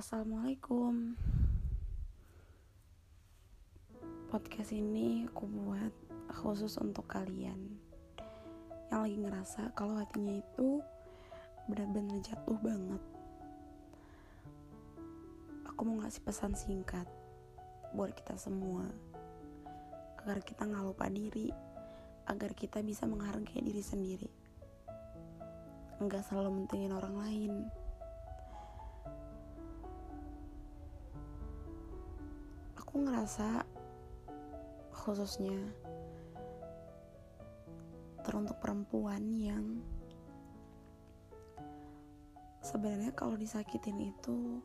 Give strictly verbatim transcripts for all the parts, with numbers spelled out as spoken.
Assalamualaikum. Podcast ini aku buat khusus untuk kalian yang lagi ngerasa kalau hatinya itu benar-benar jatuh banget. Aku mau ngasih pesan singkat buat kita semua, agar kita gak lupa diri, agar kita bisa menghargai diri sendiri, enggak selalu mentingin orang lain. Aku ngerasa khususnya teruntuk perempuan yang sebenarnya kalau disakitin itu,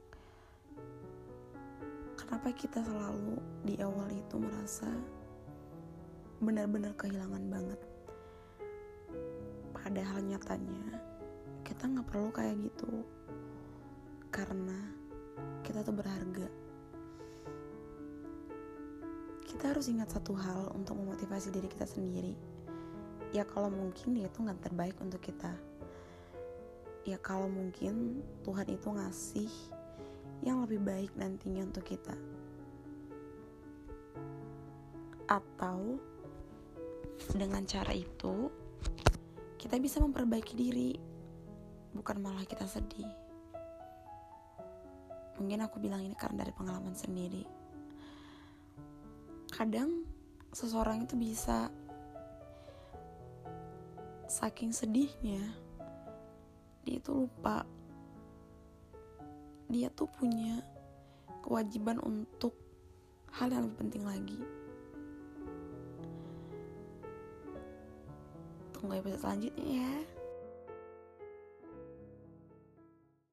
kenapa kita selalu di awal itu merasa benar-benar kehilangan banget, padahal nyatanya kita gak perlu kayak gitu, karena kita tuh berharga. Kita harus ingat satu hal untuk memotivasi diri kita sendiri. Ya kalau mungkin dia itu gak terbaik untuk kita. Ya kalau mungkin Tuhan itu ngasih yang lebih baik nantinya untuk kita. Atau dengan cara itu kita bisa memperbaiki diri, bukan malah kita sedih. Mungkin aku bilang ini karena dari pengalaman sendiri. Kadang seseorang itu bisa saking sedihnya dia itu lupa dia tuh punya kewajiban untuk hal yang lebih penting lagi. Tunggu episode selanjutnya ya.